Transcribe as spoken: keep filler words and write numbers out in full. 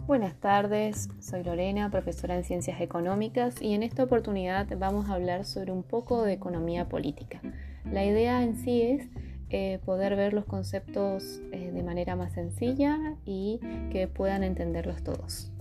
Buenas tardes, soy Lorena, profesora en Ciencias Económicas y en esta oportunidad vamos a hablar sobre un poco de economía política. La idea en sí es eh, poder ver los conceptos eh, de manera más sencilla y que puedan entenderlos todos.